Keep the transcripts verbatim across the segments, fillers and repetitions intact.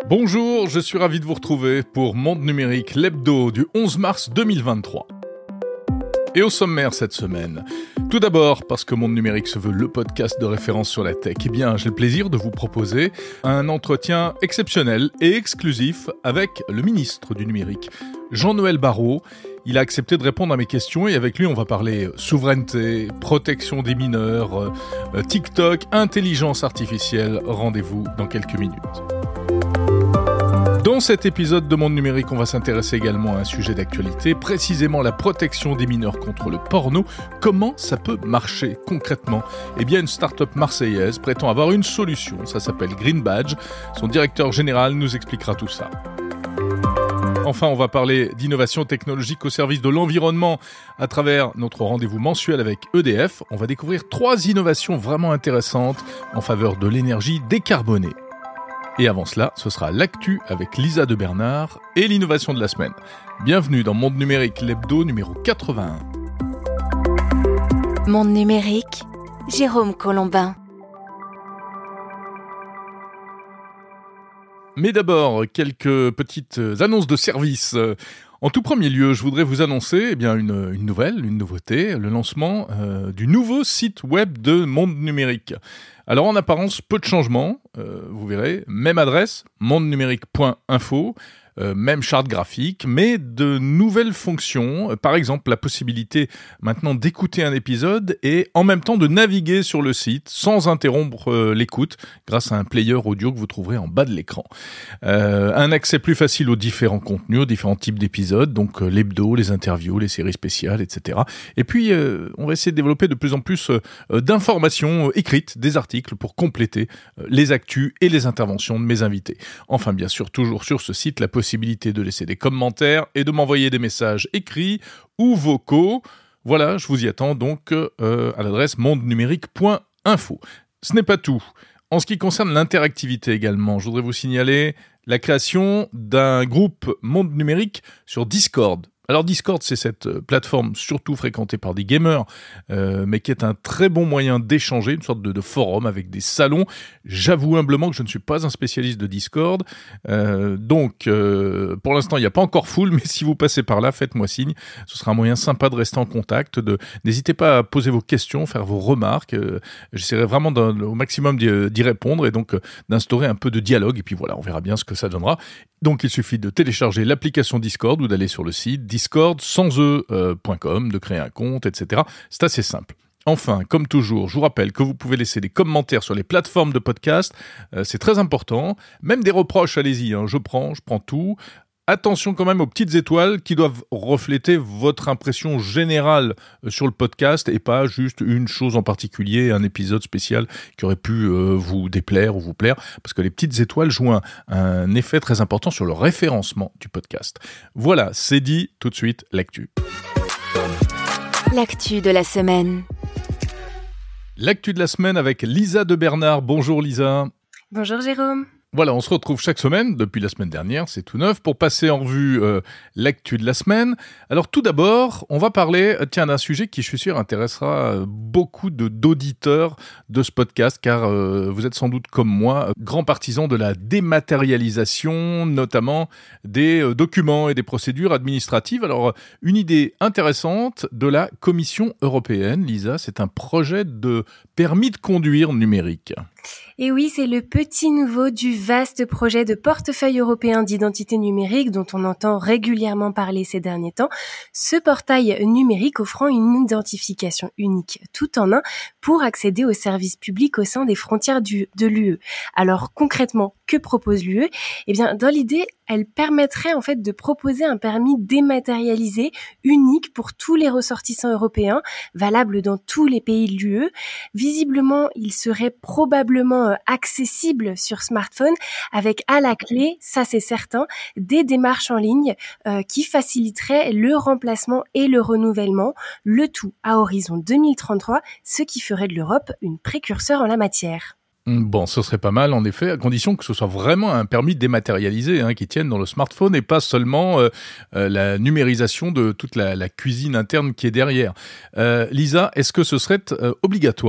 Bonjour, je suis ravi de vous retrouver pour Monde Numérique, l'hebdo du onze mars deux mille vingt-trois. Et au sommaire cette semaine, tout d'abord, parce que Monde Numérique se veut le podcast de référence sur la tech, eh bien, j'ai le plaisir de vous proposer un entretien exceptionnel et exclusif avec le ministre du numérique, Jean-Noël Barrot. Il a accepté de répondre à mes questions et avec lui, on va parler souveraineté, protection des mineurs, euh, TikTok, intelligence artificielle. Rendez-vous dans quelques minutes. Dans cet épisode de Monde Numérique, on va s'intéresser également à un sujet d'actualité, précisément la protection des mineurs contre le porno. Comment ça peut marcher concrètement ? Eh bien, une start-up marseillaise prétend avoir une solution, ça s'appelle Green Badge. Son directeur général nous expliquera tout ça. Enfin, on va parler d'innovation technologique au service de l'environnement à travers notre rendez-vous mensuel avec E D F. On va découvrir trois innovations vraiment intéressantes en faveur de l'énergie décarbonée. Et avant cela, ce sera l'actu avec Lisa de Bernard et l'innovation de la semaine. Bienvenue dans Monde Numérique, l'hebdo numéro quatre-vingt-un. Monde Numérique, Jérôme Colombin. Mais d'abord, quelques petites annonces de service. En tout premier lieu, je voudrais vous annoncer eh bien, une, une nouvelle, une nouveauté, le lancement euh, du nouveau site web de Monde Numérique. Alors en apparence, peu de changements, euh, vous verrez, même adresse, monde numérique point info, euh, même charte graphique, mais de nouvelles fonctions, euh, par exemple la possibilité maintenant d'écouter un épisode et en même temps de naviguer sur le site sans interrompre euh, l'écoute grâce à un player audio que vous trouverez en bas de l'écran. Euh, un accès plus facile aux différents contenus, aux différents types d'épisodes, donc euh, l'hebdo, les interviews, les séries spéciales, et cetera. Et puis euh, on va essayer de développer de plus en plus euh, d'informations euh, écrites, des articles pour compléter euh, les actus et les interventions de mes invités. Enfin bien sûr, toujours sur ce site, la possibilité de laisser des commentaires et de m'envoyer des messages écrits ou vocaux. Voilà, je vous y attends donc euh, à l'adresse monde numérique point info. Ce n'est pas tout. En ce qui concerne l'interactivité également, je voudrais vous signaler la création d'un groupe Monde Numérique sur Discord. Alors Discord, c'est cette plateforme surtout fréquentée par des gamers, euh, mais qui est un très bon moyen d'échanger, une sorte de, de forum avec des salons. J'avoue humblement que je ne suis pas un spécialiste de Discord, euh, donc euh, pour l'instant il n'y a pas encore full, mais si vous passez par là, faites-moi signe. Ce sera un moyen sympa de rester en contact. De... N'hésitez pas à poser vos questions, faire vos remarques. Euh, j'essaierai vraiment au maximum d'y, d'y répondre et donc euh, d'instaurer un peu de dialogue. Et puis voilà, on verra bien ce que ça donnera. Donc il suffit de télécharger l'application Discord ou d'aller sur le site discord sans e point com, de créer un compte, et cetera. C'est assez simple. Enfin, comme toujours, je vous rappelle que vous pouvez laisser des commentaires sur les plateformes de podcast. Euh, c'est très important. Même des reproches, allez-y, hein, je prends, je prends tout. Attention quand même aux petites étoiles qui doivent refléter votre impression générale sur le podcast et pas juste une chose en particulier, un épisode spécial qui aurait pu euh, vous déplaire ou vous plaire, parce que les petites étoiles jouent un, un effet très important sur le référencement du podcast. Voilà, c'est dit, tout de suite, l'actu. L'actu de la semaine. L'actu de la semaine avec Lisa de Bernard. Bonjour Lisa. Bonjour Jérôme. Voilà, on se retrouve chaque semaine, depuis la semaine dernière, c'est tout neuf, pour passer en revue euh, l'actu de la semaine. Alors tout d'abord, on va parler tiens, d'un sujet qui, je suis sûr, intéressera beaucoup de, d'auditeurs de ce podcast, car euh, vous êtes sans doute comme moi, grands partisans de la dématérialisation, notamment des euh, documents et des procédures administratives. Alors, une idée intéressante de la Commission européenne, Lisa, c'est un projet de permis de conduire numérique. Et oui, c'est le petit nouveau du vaste projet de portefeuille européen d'identité numérique dont on entend régulièrement parler ces derniers temps. Ce portail numérique offrant une identification unique tout en un pour accéder aux services publics au sein des frontières du, de l'U E. Alors concrètement, que propose l'U E ? Eh bien, dans l'idée, elle permettrait en fait de proposer un permis dématérialisé unique pour tous les ressortissants européens, valable dans tous les pays de l'U E. Visiblement, il serait probablement euh, accessible sur smartphone avec à la clé, ça c'est certain, des démarches en ligne euh, qui faciliteraient le remplacement et le renouvellement, le tout à horizon deux mille trente-trois, ce qui ferait de l'Europe une précurseur en la matière. Bon, ce serait pas mal en effet, à condition que ce soit vraiment un permis dématérialisé hein, qui tienne dans le smartphone et pas seulement euh, euh, la numérisation de toute la, la cuisine interne qui est derrière. Euh, Lisa, est-ce que ce serait euh, obligatoire ?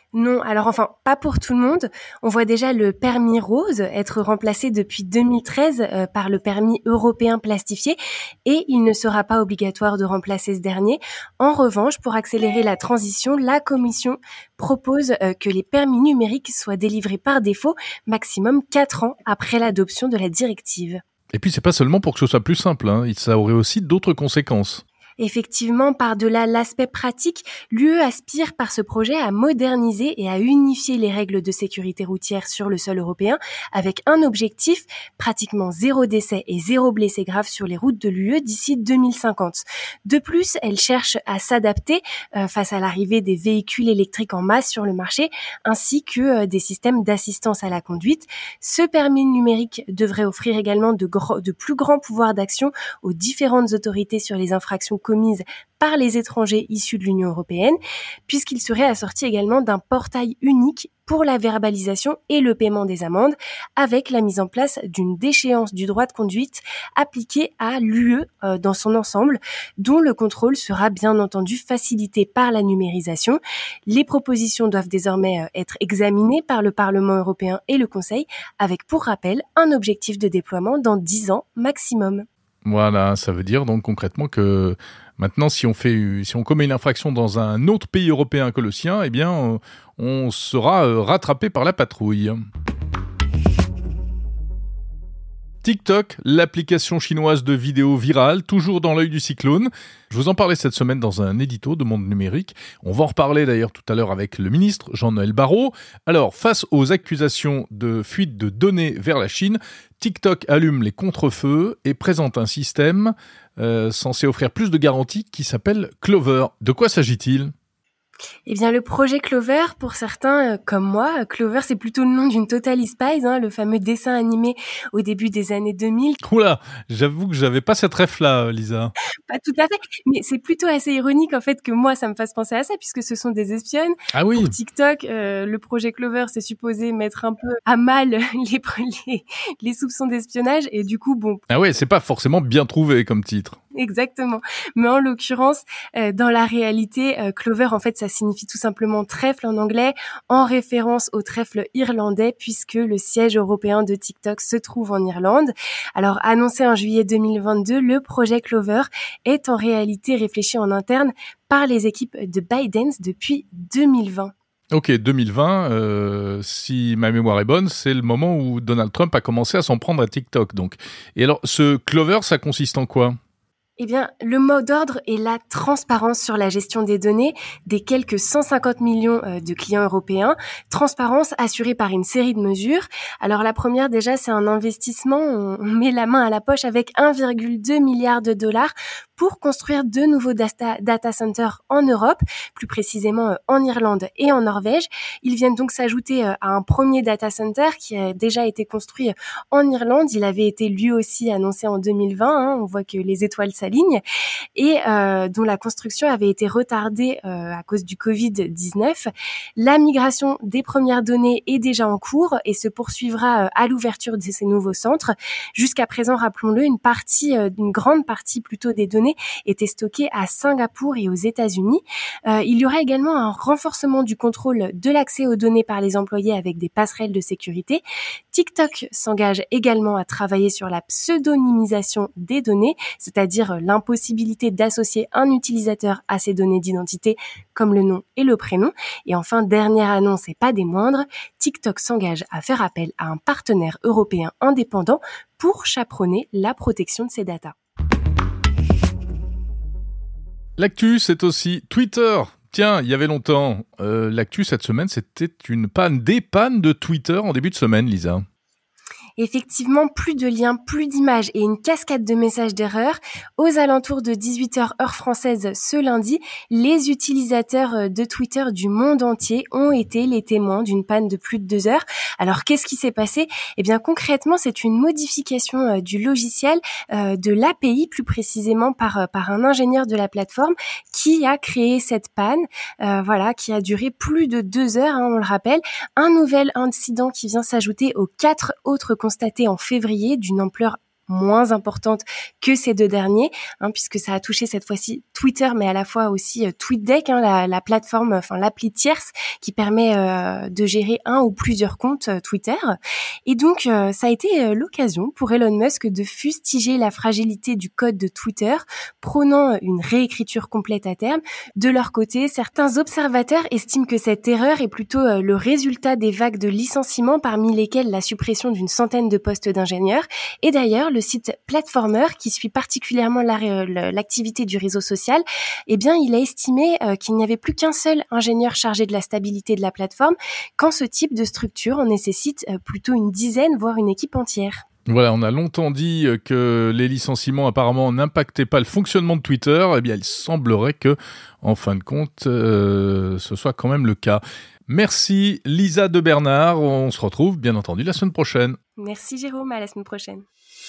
Non, alors enfin, pas pour tout le monde. On voit déjà le permis rose être remplacé depuis deux mille treize euh, par le permis européen plastifié et il ne sera pas obligatoire de remplacer ce dernier. En revanche, pour accélérer la transition, la Commission propose euh, que les permis numériques soient délivrés par défaut maximum quatre ans après l'adoption de la directive. Et puis c'est pas seulement pour que ce soit plus simple, hein. Ça aurait aussi d'autres conséquences. Effectivement, par-delà l'aspect pratique, l'U E aspire par ce projet à moderniser et à unifier les règles de sécurité routière sur le sol européen avec un objectif, pratiquement zéro décès et zéro blessé grave sur les routes de l'U E d'ici deux mille cinquante. De plus, elle cherche à s'adapter euh, face à l'arrivée des véhicules électriques en masse sur le marché ainsi que euh, des systèmes d'assistance à la conduite. Ce permis numérique devrait offrir également de, gros, de plus grands pouvoirs d'action aux différentes autorités sur les infractions commises par les étrangers issus de l'Union européenne, puisqu'il serait assorti également d'un portail unique pour la verbalisation et le paiement des amendes, avec la mise en place d'une déchéance du droit de conduite appliquée à l'U E euh, dans son ensemble, dont le contrôle sera bien entendu facilité par la numérisation. Les propositions doivent désormais euh, être examinées par le Parlement européen et le Conseil, avec pour rappel un objectif de déploiement dans dix ans maximum. Voilà, ça veut dire donc concrètement que maintenant, si on fait, si on commet une infraction dans un autre pays européen que le sien, eh bien, on sera rattrapé par la patrouille. TikTok, l'application chinoise de vidéos virales, toujours dans l'œil du cyclone. Je vous en parlais cette semaine dans un édito de Monde Numérique. On va en reparler d'ailleurs tout à l'heure avec le ministre Jean-Noël Barrot. Alors, face aux accusations de fuite de données vers la Chine, TikTok allume les contre-feux et présente un système euh, censé offrir plus de garanties qui s'appelle Clover. De quoi s'agit-il ? Eh bien, le projet Clover, pour certains euh, comme moi, Clover, c'est plutôt le nom d'une Totally Spies, hein, le fameux dessin animé au début des années deux mille. Oula, j'avoue que j'avais pas cette ref-là, Lisa. Pas tout à fait, mais c'est plutôt assez ironique en fait que moi, ça me fasse penser à ça, puisque ce sont des espionnes. Ah oui. Pour TikTok, euh, le projet Clover, c'est supposé mettre un peu à mal les, les, les soupçons d'espionnage, et du coup, bon... Ah ouais, c'est pas forcément bien trouvé comme titre. Exactement. Mais en l'occurrence, euh, dans la réalité, euh, Clover, en fait, ça signifie tout simplement trèfle en anglais, en référence au trèfle irlandais, puisque le siège européen de TikTok se trouve en Irlande. Alors, annoncé en juillet deux mille vingt-deux, le projet Clover est en réalité réfléchi en interne par les équipes de ByteDance depuis deux mille vingt. Ok, deux mille vingt, euh, si ma mémoire est bonne, c'est le moment où Donald Trump a commencé à s'en prendre à TikTok. Donc. Et alors, ce Clover, ça consiste en quoi ? Eh bien, le mot d'ordre est la transparence sur la gestion des données des quelques cent cinquante millions de clients européens. Transparence assurée par une série de mesures. Alors la première, déjà, c'est un investissement. On met la main à la poche avec un virgule deux milliard de dollars pour construire deux nouveaux data, data centers en Europe, plus précisément en Irlande et en Norvège. Ils viennent donc s'ajouter à un premier data center qui a déjà été construit en Irlande. Il avait été lui aussi annoncé en deux mille vingt. Hein. On voit que les étoiles s'alignent et euh, dont la construction avait été retardée euh, à cause du covid dix-neuf. La migration des premières données est déjà en cours et se poursuivra euh, à l'ouverture de ces nouveaux centres. Jusqu'à présent, rappelons-le, une partie, euh, une grande partie plutôt des données était stockée à Singapour et aux États-Unis. Euh, il y aura également un renforcement du contrôle de l'accès aux données par les employés avec des passerelles de sécurité. TikTok s'engage également à travailler sur la pseudonymisation des données, c'est-à-dire l'impossibilité d'associer un utilisateur à ses données d'identité comme le nom et le prénom. Et enfin, dernière annonce et pas des moindres, TikTok s'engage à faire appel à un partenaire européen indépendant pour chaperonner la protection de ses datas. L'actu, c'est aussi Twitter. Tiens, il y avait longtemps. Euh, l'actu cette semaine, c'était une panne, des pannes de Twitter en début de semaine, Lisa. Effectivement, plus de liens, plus d'images et une cascade de messages d'erreur. Aux alentours de dix-huit heures heure française ce lundi, les utilisateurs de Twitter du monde entier ont été les témoins d'une panne de plus de deux heures. Alors, qu'est-ce qui s'est passé ? Eh bien, concrètement, c'est une modification du logiciel, de l'A P I, plus précisément par, par un ingénieur de la plateforme qui a créé cette panne, euh, voilà, qui a duré plus de deux heures, hein, on le rappelle. Un nouvel incident qui vient s'ajouter aux quatre autres constaté en février d'une ampleur moins importante que ces deux derniers, hein, puisque ça a touché cette fois-ci Twitter, mais à la fois aussi euh, TweetDeck, hein, la, la plateforme, enfin l'appli tierce qui permet euh, de gérer un ou plusieurs comptes euh, Twitter. Et donc, euh, ça a été euh, l'occasion pour Elon Musk de fustiger la fragilité du code de Twitter, prônant une réécriture complète à terme. De leur côté, certains observateurs estiment que cette erreur est plutôt euh, le résultat des vagues de licenciements, parmi lesquels la suppression d'une centaine de postes d'ingénieurs. Et d'ailleurs, le site Platformer, qui suit particulièrement la, l'activité du réseau social, eh bien, il a estimé euh, qu'il n'y avait plus qu'un seul ingénieur chargé de la stabilité de la plateforme, quand ce type de structure en nécessite euh, plutôt une dizaine, voire une équipe entière. Voilà, on a longtemps dit que les licenciements apparemment n'impactaient pas le fonctionnement de Twitter. Eh bien, il semblerait que, en fin de compte, euh, ce soit quand même le cas. Merci Lisa de Bernard. On se retrouve bien entendu la semaine prochaine. Merci Jérôme, à la semaine prochaine.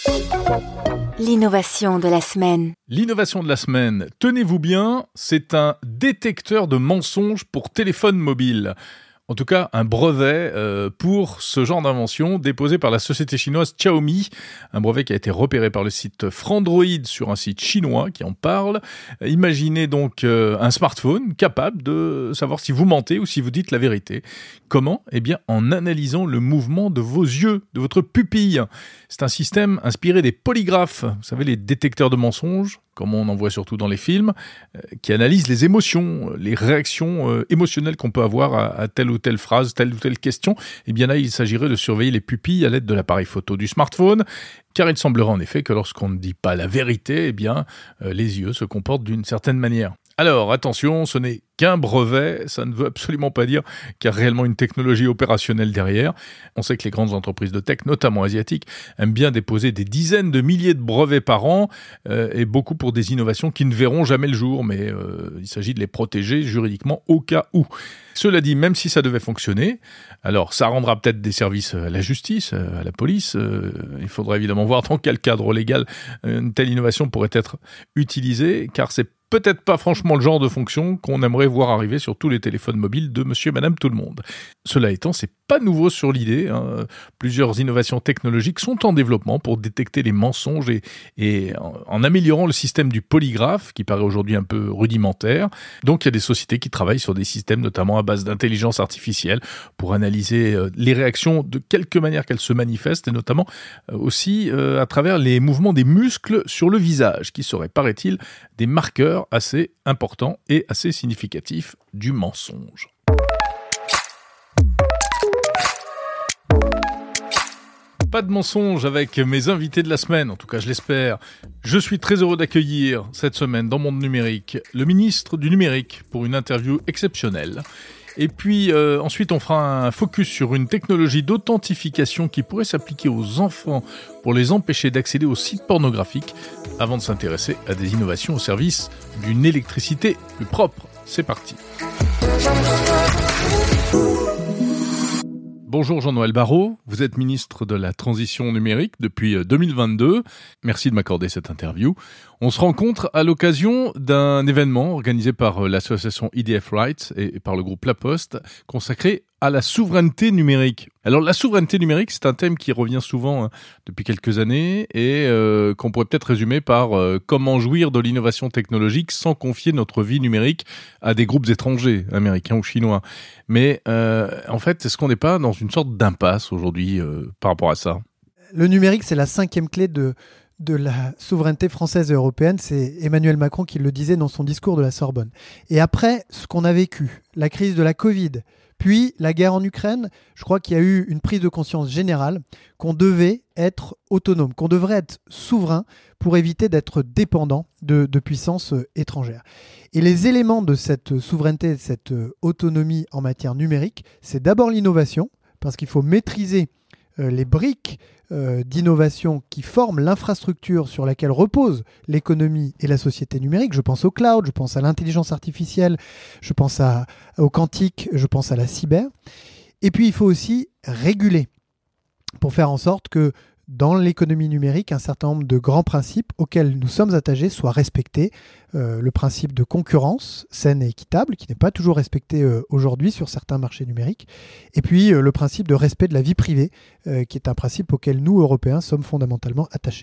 L'innovation de la semaine. L'innovation de la semaine, tenez-vous bien, c'est un détecteur de mensonges pour téléphone mobile. En tout cas, un brevet euh, pour ce genre d'invention déposé par la société chinoise Xiaomi. Un brevet qui a été repéré par le site Frandroid sur un site chinois qui en parle. Imaginez donc euh, un smartphone capable de savoir si vous mentez ou si vous dites la vérité. Comment ? Eh bien, en analysant le mouvement de vos yeux, de votre pupille. C'est un système inspiré des polygraphes. Vous savez, les détecteurs de mensonges, comme on en voit surtout dans les films, euh, qui analysent les émotions, les réactions euh, émotionnelles qu'on peut avoir à, à telle ou telle phrase, telle ou telle question. Et bien là, il s'agirait de surveiller les pupilles à l'aide de l'appareil photo du smartphone, car il semblerait en effet que lorsqu'on ne dit pas la vérité, eh bien, euh, les yeux se comportent d'une certaine manière. Alors, attention, ce n'est qu'un brevet, ça ne veut absolument pas dire qu'il y a réellement une technologie opérationnelle derrière. On sait que les grandes entreprises de tech, notamment asiatiques, aiment bien déposer des dizaines de milliers de brevets par an, euh, et beaucoup pour des innovations qui ne verront jamais le jour, mais euh, il s'agit de les protéger juridiquement au cas où. Cela dit, même si ça devait fonctionner, alors ça rendra peut-être des services à la justice, à la police. Euh, il faudra évidemment voir dans quel cadre légal une telle innovation pourrait être utilisée, car c'est peut-être pas franchement le genre de fonction qu'on aimerait voir arriver sur tous les téléphones mobiles de monsieur et madame tout le monde. Cela étant, c'est pas nouveau sur l'idée. Hein. Plusieurs innovations technologiques sont en développement pour détecter les mensonges et, et en, en améliorant le système du polygraphe, qui paraît aujourd'hui un peu rudimentaire. Donc il y a des sociétés qui travaillent sur des systèmes notamment à base d'intelligence artificielle pour analyser euh, les réactions de quelque manière qu'elles se manifestent, et notamment euh, aussi euh, à travers les mouvements des muscles sur le visage, qui seraient, paraît-il, des marqueurs assez important et assez significatif du mensonge. Pas de mensonge avec mes invités de la semaine, en tout cas je l'espère. Je suis très heureux d'accueillir cette semaine dans Monde Numérique le ministre du Numérique pour une interview exceptionnelle. Et puis euh, ensuite on fera un focus sur une technologie d'authentification qui pourrait s'appliquer aux enfants pour les empêcher d'accéder aux sites pornographiques, avant de s'intéresser à des innovations au service d'une électricité plus propre. C'est parti. Bonjour Jean-Noël Barrot, vous êtes ministre de la Transition numérique depuis deux mille vingt-deux. Merci de m'accorder cette interview. On se rencontre à l'occasion d'un événement organisé par l'association I D F Rights et par le groupe La Poste, consacré à la souveraineté numérique. Alors la souveraineté numérique, c'est un thème qui revient souvent hein, depuis quelques années et euh, qu'on pourrait peut-être résumer par euh, comment jouir de l'innovation technologique sans confier notre vie numérique à des groupes étrangers, américains ou chinois. Mais euh, en fait, est-ce qu'on n'est pas dans une sorte d'impasse aujourd'hui euh, par rapport à ça ? Le numérique, c'est la cinquième clé de, de la souveraineté française et européenne. C'est Emmanuel Macron qui le disait dans son discours de la Sorbonne. Et après ce qu'on a vécu, la crise de la Covid, puis la guerre en Ukraine, je crois qu'il y a eu une prise de conscience générale qu'on devait être autonome, qu'on devrait être souverain pour éviter d'être dépendant de, de puissances étrangères. Et les éléments de cette souveraineté, de cette autonomie en matière numérique, c'est d'abord l'innovation, parce qu'il faut maîtriser euh, les briques euh, d'innovation qui forment l'infrastructure sur laquelle repose l'économie et la société numérique. Je pense au cloud, je pense à l'intelligence artificielle, je pense à, au quantique, je pense à la cyber. Et puis il faut aussi réguler pour faire en sorte que dans l'économie numérique, un certain nombre de grands principes auxquels nous sommes attachés soient respectés. Euh, le principe de concurrence saine et équitable, qui n'est pas toujours respecté euh, aujourd'hui sur certains marchés numériques. Et puis euh, le principe de respect de la vie privée, euh, qui est un principe auquel nous, Européens, sommes fondamentalement attachés.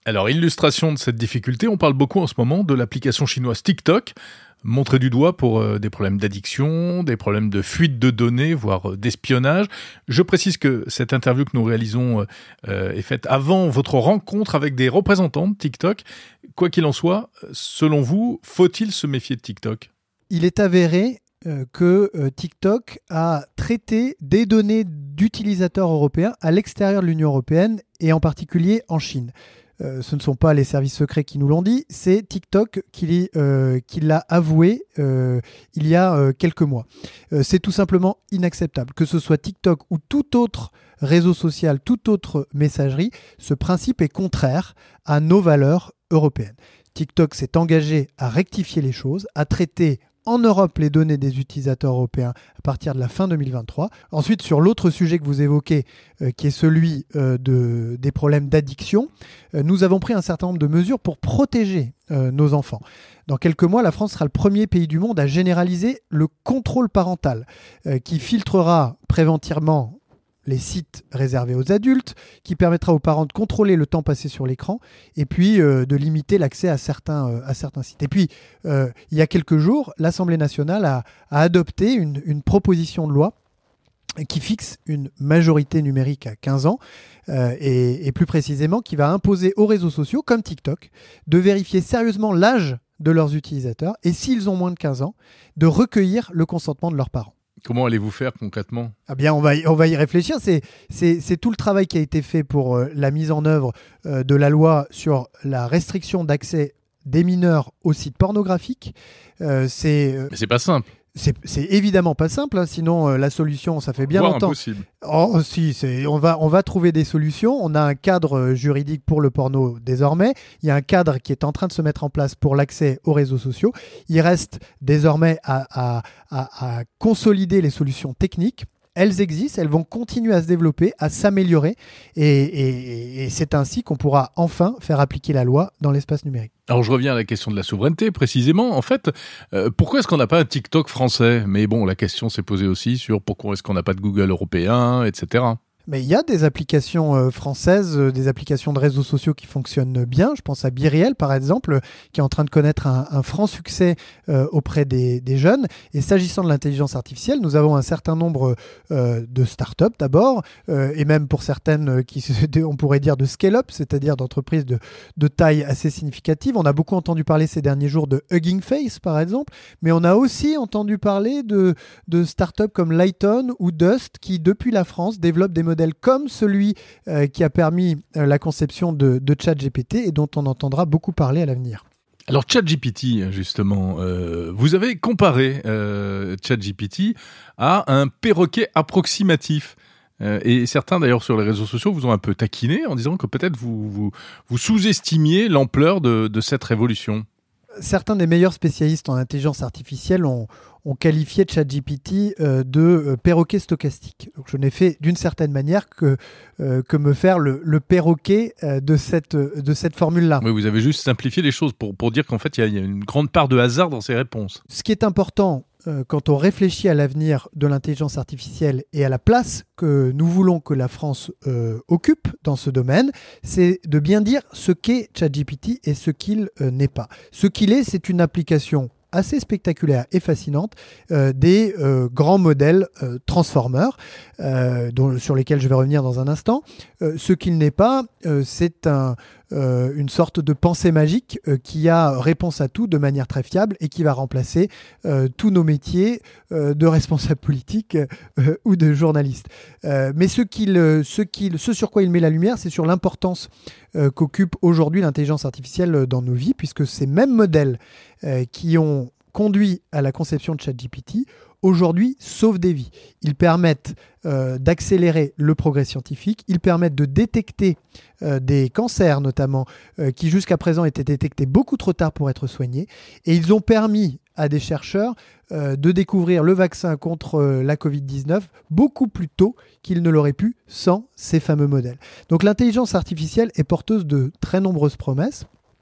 Alors, illustration de cette difficulté, on parle beaucoup en ce moment de l'application chinoise TikTok, montrée du doigt pour euh, des problèmes d'addiction, des problèmes de fuite de données, voire euh, d'espionnage. Je précise que cette interview que nous réalisons euh, est faite avant votre rencontre avec des représentants de TikTok. Quoi qu'il en soit, selon vous, faut-il se méfier de TikTok ? Il est avéré euh, que euh, TikTok a traité des données d'utilisateurs européens à l'extérieur de l'Union européenne et en particulier en Chine. Euh, ce ne sont pas les services secrets qui nous l'ont dit, c'est TikTok qui, euh, qui l'a avoué euh, il y a euh, quelques mois. Euh, c'est tout simplement inacceptable. Que ce soit TikTok ou tout autre réseau social, toute autre messagerie, ce principe est contraire à nos valeurs européennes. TikTok s'est engagé à rectifier les choses, à traiter en Europe les données des utilisateurs européens à partir de la fin deux mille vingt-trois. Ensuite, sur l'autre sujet que vous évoquez, euh, qui est celui euh, de, des problèmes d'addiction, euh, nous avons pris un certain nombre de mesures pour protéger euh, nos enfants. Dans quelques mois, la France sera le premier pays du monde à généraliser le contrôle parental, euh, qui filtrera préventivement les sites réservés aux adultes, qui permettra aux parents de contrôler le temps passé sur l'écran et puis euh, de limiter l'accès à certains, euh, à certains sites. Et puis, euh, il y a quelques jours, l'Assemblée nationale a, a adopté une, une proposition de loi qui fixe une majorité numérique à quinze ans euh, et, et plus précisément qui va imposer aux réseaux sociaux comme TikTok de vérifier sérieusement l'âge de leurs utilisateurs et s'ils ont moins de quinze ans, de recueillir le consentement de leurs parents. Comment allez-vous faire concrètement ? Ah bien, on va y, on va y réfléchir. C'est, c'est, c'est tout le travail qui a été fait pour euh, la mise en œuvre euh, de la loi sur la restriction d'accès des mineurs aux sites pornographiques. Euh, c'est, euh, Mais c'est pas simple. C'est, c'est évidemment pas simple, hein, sinon euh, la solution, ça fait bien Voire longtemps. Impossible. Oh si, c'est, on va, on va trouver des solutions. On a un cadre euh, juridique pour le porno désormais. Il y a un cadre qui est en train de se mettre en place pour l'accès aux réseaux sociaux. Il reste désormais à, à, à, à consolider les solutions techniques. Elles existent, elles vont continuer à se développer, à s'améliorer et, et, et c'est ainsi qu'on pourra enfin faire appliquer la loi dans l'espace numérique. Alors je reviens à la question de la souveraineté précisément. En fait, euh, pourquoi est-ce qu'on n'a pas un TikTok français ? Mais bon, la question s'est posée aussi sur pourquoi est-ce qu'on n'a pas de Google européen, et cetera. Mais il y a des applications euh, françaises, euh, des applications de réseaux sociaux qui fonctionnent bien. Je pense à BeReal, par exemple, qui est en train de connaître un, un franc succès euh, auprès des, des jeunes. Et s'agissant de l'intelligence artificielle, nous avons un certain nombre euh, de startups d'abord, euh, et même pour certaines qui, on pourrait dire, de scale-up, c'est-à-dire d'entreprises de, de taille assez significative. On a beaucoup entendu parler ces derniers jours de Hugging Face, par exemple, mais on a aussi entendu parler de, de startups comme Lighton ou Dust, qui, depuis la France, développent des modèle comme celui euh, qui a permis euh, la conception de, de ChatGPT et dont on entendra beaucoup parler à l'avenir. Alors ChatGPT, justement, euh, vous avez comparé euh, ChatGPT à un perroquet approximatif. Euh, et certains, d'ailleurs, sur les réseaux sociaux, vous ont un peu taquiné en disant que peut-être vous, vous, vous sous-estimiez l'ampleur de, de cette révolution. Certains des meilleurs spécialistes en intelligence artificielle ont, ont qualifié ChatGPT euh, de euh, perroquet stochastique. Donc, je n'ai fait d'une certaine manière que, euh, que me faire le, le perroquet euh, de cette, de cette formule-là. Oui, vous avez juste simplifié les choses pour, pour dire qu'en fait, il y, y a une grande part de hasard dans ces réponses. Ce qui est important euh, quand on réfléchit à l'avenir de l'intelligence artificielle et à la place que nous voulons que la France euh, occupe dans ce domaine, c'est de bien dire ce qu'est ChatGPT et ce qu'il euh, n'est pas. Ce qu'il est, c'est une application assez spectaculaire et fascinante euh, des euh, grands modèles euh, transformers euh, dont, sur lesquels je vais revenir dans un instant. Euh, ce qu'il n'est pas, euh, c'est un, euh, une sorte de pensée magique euh, qui a réponse à tout de manière très fiable et qui va remplacer euh, tous nos métiers euh, de responsable politique euh, ou de journaliste. Euh, mais ce, qu'il, ce, qu'il, ce sur quoi il met la lumière, c'est sur l'importance euh, qu'occupe aujourd'hui l'intelligence artificielle dans nos vies, puisque ces mêmes modèles euh, qui ont conduit à la conception de ChatGPT, aujourd'hui, sauvent des vies. Ils permettent euh, d'accélérer le progrès scientifique, ils permettent de détecter euh, des cancers notamment, euh, qui jusqu'à présent étaient détectés beaucoup trop tard pour être soignés, et ils ont permis à des chercheurs euh, de découvrir le vaccin contre euh, la covid dix-neuf beaucoup plus tôt qu'ils ne l'auraient pu sans ces fameux modèles. Donc l'intelligence artificielle est porteuse de très nombreuses promesses.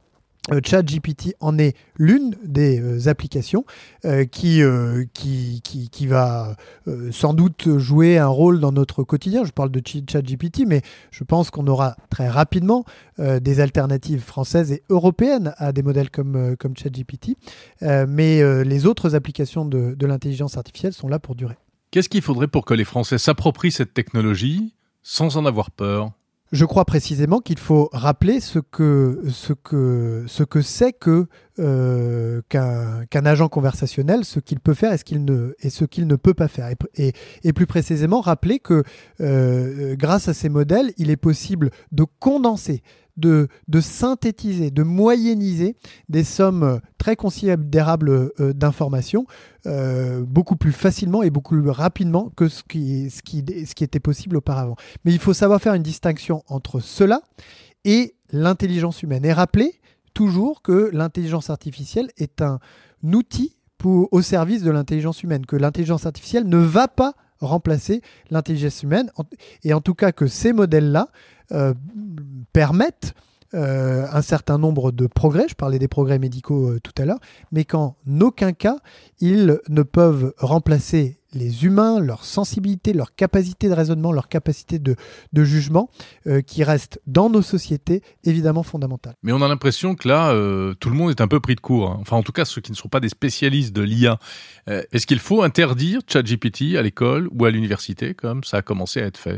Euh, ChatGPT en est l'une des euh, applications euh, qui, euh, qui, qui, qui va euh, sans doute jouer un rôle dans notre quotidien. Je parle de ChatGPT, mais je pense qu'on aura très rapidement euh, des alternatives françaises et européennes à des modèles comme, euh, comme ChatGPT. Euh, mais euh, les autres applications de, de l'intelligence artificielle sont là pour durer. Qu'est-ce qu'il faudrait pour que les Français s'approprient cette technologie sans en avoir peur ? Je crois précisément qu'il faut rappeler ce que, ce que, ce que c'est que, euh, qu'un, qu'un agent conversationnel, ce qu'il peut faire et ce qu'il ne, et ce qu'il ne peut pas faire. Et, et, et plus précisément, rappeler que euh, grâce à ces modèles, il est possible de condenser, de, de synthétiser, de moyenniser des sommes très considérables euh, d'informations euh, beaucoup plus facilement et beaucoup plus rapidement que ce qui, ce, qui, ce qui était possible auparavant. Mais il faut savoir faire une distinction entre cela et l'intelligence humaine. Et rappeler toujours que l'intelligence artificielle est un outil pour, au service de l'intelligence humaine, que l'intelligence artificielle ne va pas remplacer l'intelligence humaine, et en tout cas que ces modèles-là euh, permettent euh, un certain nombre de progrès, je parlais des progrès médicaux euh, tout à l'heure, mais qu'en aucun cas, ils ne peuvent remplacer les humains, leur sensibilité, leur capacité de raisonnement, leur capacité de, de jugement, euh, qui restent dans nos sociétés évidemment fondamentales. Mais on a l'impression que là, euh, tout le monde est un peu pris de court. Hein. Enfin, en tout cas, ceux qui ne sont pas des spécialistes de l'I A. Euh, est-ce qu'il faut interdire ChatGPT à l'école ou à l'université, comme ça a commencé à être fait ?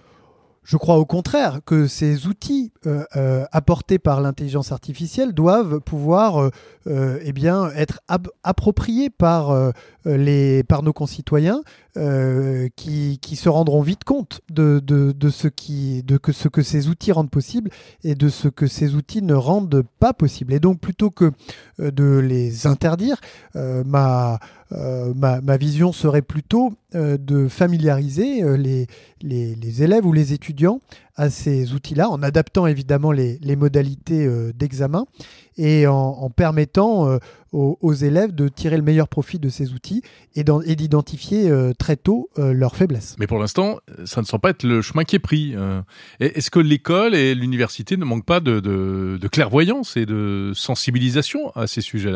Je crois au contraire que ces outils euh, euh, apportés par l'intelligence artificielle doivent pouvoir euh, euh, eh bien, être ab- appropriés par, euh, les, par nos concitoyens euh, qui, qui se rendront vite compte de, de, de, ce qui, de que ce que ces outils rendent possible et de ce que ces outils ne rendent pas possible. Et donc, plutôt que euh, de les interdire, euh, ma... Euh, ma, ma vision serait plutôt euh, de familiariser euh, les, les, les élèves ou les étudiants à ces outils-là, en adaptant évidemment les, les modalités euh, d'examen et en, en permettant euh, aux, aux élèves de tirer le meilleur profit de ces outils et, et d'identifier euh, très tôt euh, leurs faiblesses. Mais pour l'instant, ça ne semble pas être le chemin qui est pris. Euh, est-ce que l'école et l'université ne manquent pas de, de, de clairvoyance et de sensibilisation à ces sujets-là ?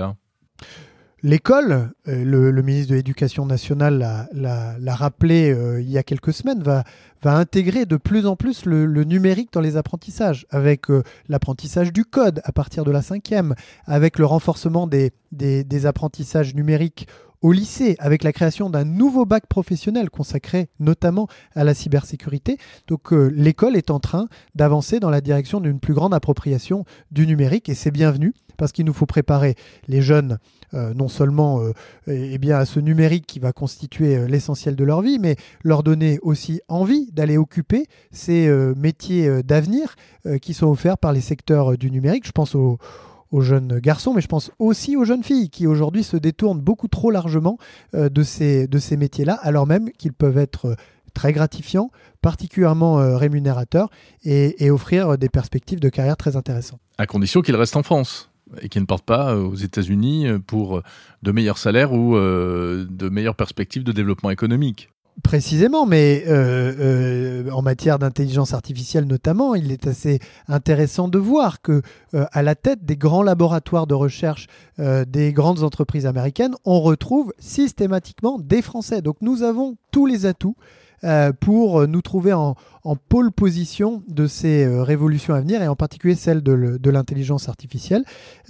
L'école, euh, le, le ministre de l'Éducation nationale l'a, l'a, l'a rappelé euh, il y a quelques semaines, va, va intégrer de plus en plus le, le numérique dans les apprentissages, avec euh, l'apprentissage du code à partir de la cinquième, avec le renforcement des, des, des apprentissages numériques au lycée, avec la création d'un nouveau bac professionnel consacré notamment à la cybersécurité. Donc euh, l'école est en train d'avancer dans la direction d'une plus grande appropriation du numérique et c'est bienvenu parce qu'il nous faut préparer les jeunes euh, non seulement euh, eh bien, à ce numérique qui va constituer euh, l'essentiel de leur vie, mais leur donner aussi envie d'aller occuper ces euh, métiers euh, d'avenir euh, qui sont offerts par les secteurs euh, du numérique. Je pense aux aux jeunes garçons, mais je pense aussi aux jeunes filles qui aujourd'hui se détournent beaucoup trop largement euh, de ces, de ces métiers-là, alors même qu'ils peuvent être euh, très gratifiants, particulièrement euh, rémunérateurs et, et offrir euh, des perspectives de carrière très intéressantes. À condition qu'ils restent en France et qu'ils ne partent pas aux États-Unis pour de meilleurs salaires ou euh, de meilleures perspectives de développement économique. Précisément, mais euh, euh, en matière d'intelligence artificielle notamment, il est assez intéressant de voir que euh, à la tête des grands laboratoires de recherche euh, des grandes entreprises américaines, on retrouve systématiquement des Français. Donc nous avons tous les atouts euh, pour nous trouver en, en pôle position de ces euh, révolutions à venir et en particulier celle de, le, de l'intelligence artificielle.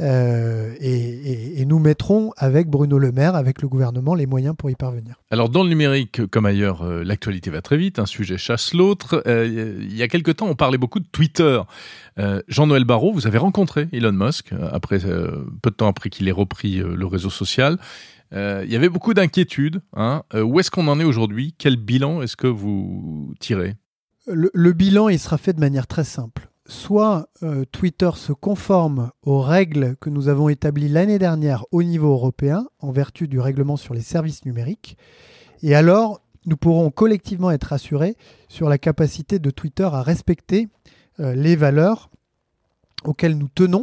Euh, et, et, et nous mettrons avec Bruno Le Maire, avec le gouvernement, les moyens pour y parvenir. Alors dans le numérique comme ailleurs, euh, l'actualité va très vite, un sujet chasse l'autre. Euh, il y a quelque temps, on parlait beaucoup de Twitter. Euh, Jean-Noël Barrot, vous avez rencontré Elon Musk, après, euh, peu de temps après qu'il ait repris euh, le réseau social. Euh, il y avait beaucoup d'inquiétudes. Hein. Euh, où est-ce qu'on en est aujourd'hui ? Quel bilan est-ce que vous tirez ? le, le bilan, il sera fait de manière très simple. Soit euh, Twitter se conforme aux règles que nous avons établies l'année dernière au niveau européen, en vertu du règlement sur les services numériques, et alors nous pourrons collectivement être assurés sur la capacité de Twitter à respecter euh, les valeurs auxquelles nous tenons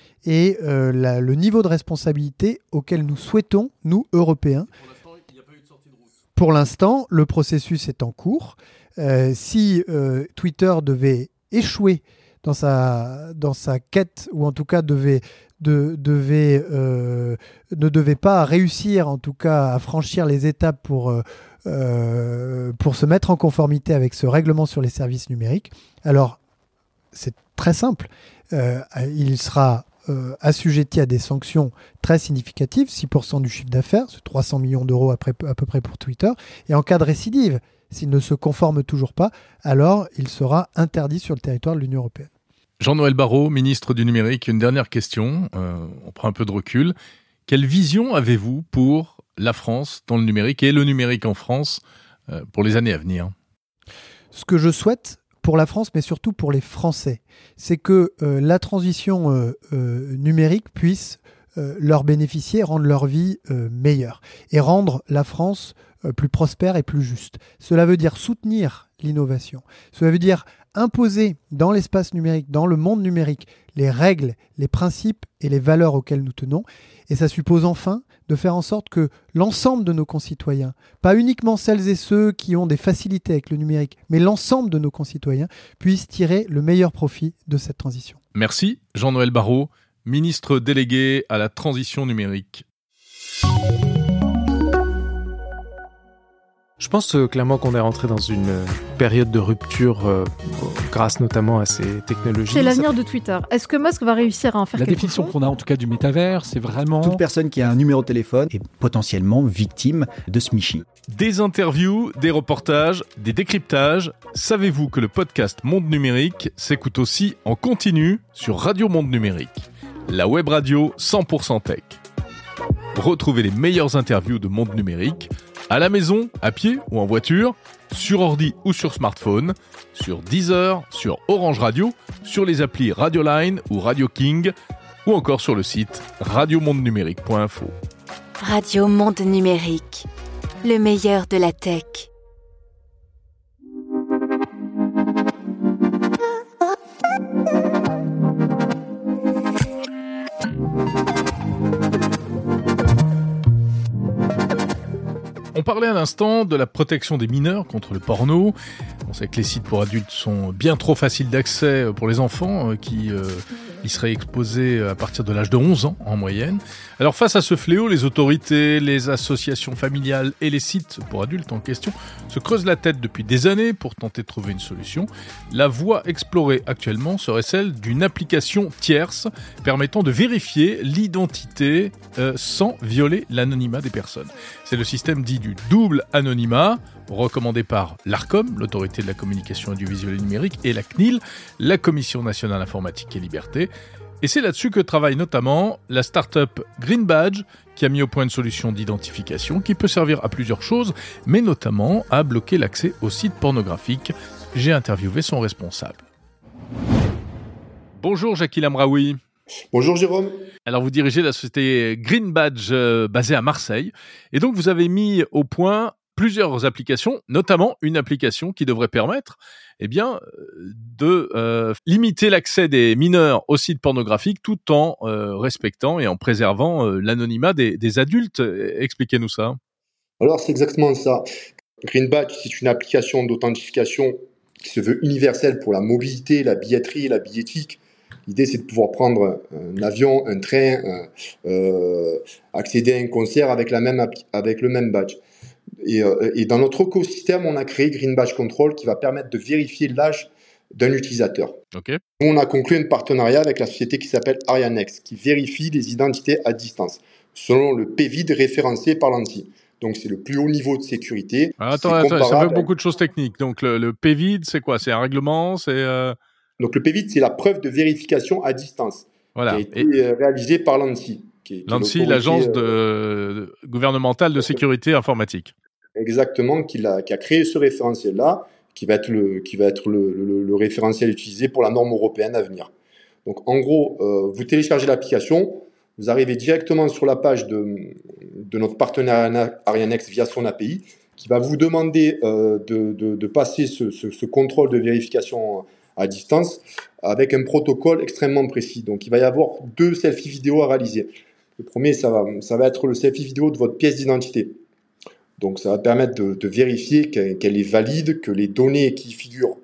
et euh, la, le niveau de responsabilité auquel nous souhaitons, nous, Européens. Pour l'instant, il n'y a pas eu de sortie de route. Pour l'instant, le processus est en cours. Euh, si euh, Twitter devait échouer dans sa, dans sa quête, ou en tout cas devait, de, devait, euh, ne devait pas réussir en tout cas à franchir les étapes pour, euh, euh, pour se mettre en conformité avec ce règlement sur les services numériques, alors c'est très simple. Euh, il sera euh, assujetti à des sanctions très significatives, six pour cent du chiffre d'affaires, c'est trois cents millions d'euros à, près, à peu près pour Twitter, et en cas de récidive, s'il ne se conforme toujours pas, alors il sera interdit sur le territoire de l'Union européenne. Jean-Noël Barrot, ministre du Numérique, une dernière question, euh, on prend un peu de recul. Quelle vision avez-vous pour la France dans le numérique et le numérique en France euh, pour les années à venir ? Ce que je souhaite pour la France, mais surtout pour les Français, c'est que euh, la transition euh, euh, numérique puisse euh, leur bénéficier, rendre leur vie euh, meilleure et rendre la France euh, plus prospère et plus juste. Cela veut dire soutenir l'innovation. Cela veut dire imposer dans l'espace numérique, dans le monde numérique, les règles, les principes et les valeurs auxquelles nous tenons. Et ça suppose enfin de faire en sorte que l'ensemble de nos concitoyens, pas uniquement celles et ceux qui ont des facilités avec le numérique, mais l'ensemble de nos concitoyens puissent tirer le meilleur profit de cette transition. Merci Jean-Noël Barrot, ministre délégué à la transition numérique. Je pense euh, clairement qu'on est rentré dans une euh, période de rupture euh, grâce notamment à ces technologies. C'est l'avenir de Twitter. Est-ce que Musk va réussir à en faire La quelque définition chose ? qu'on a en tout cas du métavers, c'est vraiment... Toute personne qui a un numéro de téléphone est potentiellement victime de smishing. Des interviews, des reportages, des décryptages. Savez-vous que le podcast Monde Numérique s'écoute aussi en continu sur Radio Monde Numérique, la web radio cent pour cent tech. Retrouvez les meilleures interviews de Monde Numérique à la maison, à pied ou en voiture, sur ordi ou sur smartphone, sur Deezer, sur Orange Radio, sur les applis Radioline ou Radio King, ou encore sur le site radio monde numérique point info. Radio Monde Numérique, le meilleur de la tech. On parlait à l'instant de la protection des mineurs contre le porno. On sait que les sites pour adultes sont bien trop faciles d'accès pour les enfants qui euh, y seraient exposés à partir de l'âge de onze ans en moyenne. Alors face à ce fléau, les autorités, les associations familiales et les sites pour adultes en question se creusent la tête depuis des années pour tenter de trouver une solution. La voie explorée actuellement serait celle d'une application tierce permettant de vérifier l'identité euh, sans violer l'anonymat des personnes. C'est le système dit du double anonymat, recommandé par l'ARCOM, l'autorité de la communication audiovisuelle et numérique, et la C N I L, la Commission nationale informatique et liberté. Et c'est là-dessus que travaille notamment la start-up Green Badge, qui a mis au point une solution d'identification qui peut servir à plusieurs choses, mais notamment à bloquer l'accès aux sites pornographiques. J'ai interviewé son responsable. Bonjour Jackie Lamraoui. Bonjour Jérôme. Alors vous dirigez la société Green Badge euh, basée à Marseille, et donc vous avez mis au point plusieurs applications, notamment une application qui devrait permettre eh bien, de euh, limiter l'accès des mineurs aux sites pornographiques tout en euh, respectant et en préservant euh, l'anonymat des, des adultes. Expliquez-nous ça. Alors c'est exactement ça. Green Badge, c'est une application d'authentification qui se veut universelle pour la mobilité, la billetterie et la billettique. L'idée, c'est de pouvoir prendre un avion, un train, euh, euh, accéder à un concert avec, la même appli- avec le même badge. Et, euh, et dans notre écosystème, on a créé Green Badge Control qui va permettre de vérifier l'âge d'un utilisateur. Okay. On a conclu un partenariat avec la société qui s'appelle Arianex, qui vérifie les identités à distance, selon le P V I D référencé par l'ANSSI. Donc, c'est le plus haut niveau de sécurité. Ah, attends, attends ça veut beaucoup de choses techniques. Donc, le, le P V I D, c'est quoi ? C'est un règlement ? C'est euh... Donc, le P V I D, c'est la preuve de vérification à distance, voilà. qui a été et... réalisée par l'ANSSI. Qui, L'ANSSI, l'agence euh... de... gouvernementale de sécurité informatique. Exactement, qui a, qui a créé ce référentiel-là, qui va être, le, qui va être le, le, le référentiel utilisé pour la norme européenne à venir. Donc, en gros, euh, vous téléchargez l'application, vous arrivez directement sur la page de, de notre partenaire Arianex via son A P I, qui va vous demander euh, de, de, de passer ce, ce, ce contrôle de vérification à distance avec un protocole extrêmement précis. Donc, il va y avoir deux selfies vidéo à réaliser. Le premier, ça va, ça va être le selfie vidéo de votre pièce d'identité. Donc, ça va permettre de, de vérifier qu'elle, qu'elle est valide, que les données qui figurent euh,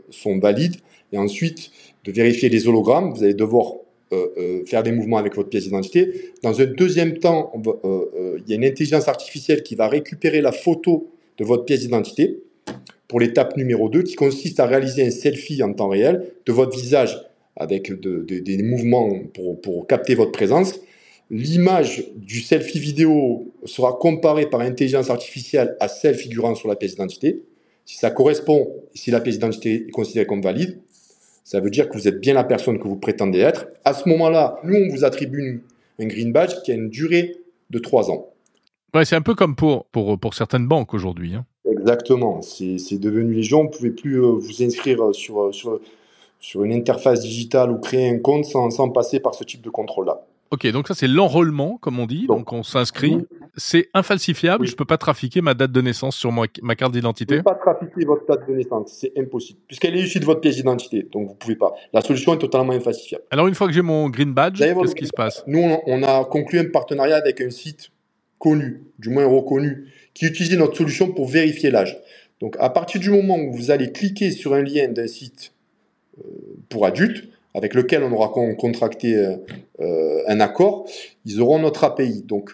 sont valides. Et ensuite, de vérifier les hologrammes. Vous allez devoir euh, euh, faire des mouvements avec votre pièce d'identité. Dans un deuxième temps, il euh, euh, y a une intelligence artificielle qui va récupérer la photo de votre pièce d'identité pour l'étape numéro deux, qui consiste à réaliser un selfie en temps réel de votre visage avec de, de, des mouvements pour, pour capter votre présence. L'image du selfie vidéo sera comparée par intelligence artificielle à celle figurant sur la pièce d'identité. Si ça correspond, si la pièce d'identité est considérée comme valide, ça veut dire que vous êtes bien la personne que vous prétendez être. À ce moment-là, nous, on vous attribue une, un green badge qui a une durée de trois ans. Ouais, c'est un peu comme pour, pour, pour certaines banques aujourd'hui. Hein. Exactement. C'est, c'est devenu légion. Vous ne pouvez plus euh, vous inscrire sur, sur, sur une interface digitale ou créer un compte sans, sans passer par ce type de contrôle-là. Ok, donc ça c'est l'enrôlement, comme on dit. Donc, donc on s'inscrit. Oui. C'est infalsifiable. Oui. Je ne peux pas trafiquer ma date de naissance sur ma, ma carte d'identité. Vous ne pouvez pas trafiquer votre date de naissance. C'est impossible. Puisqu'elle est issue de votre pièce d'identité. Donc vous ne pouvez pas. La solution est totalement infalsifiable. Alors une fois que j'ai mon green badge, qu'est-ce votre... qui se passe? Nous, on, on a conclu un partenariat avec un site connu, du moins reconnu, qui utilisait notre solution pour vérifier l'âge. Donc à partir du moment où vous allez cliquer sur un lien d'un site euh, pour adultes, avec lequel on aura contracté euh, un accord, ils auront notre A P I. Donc,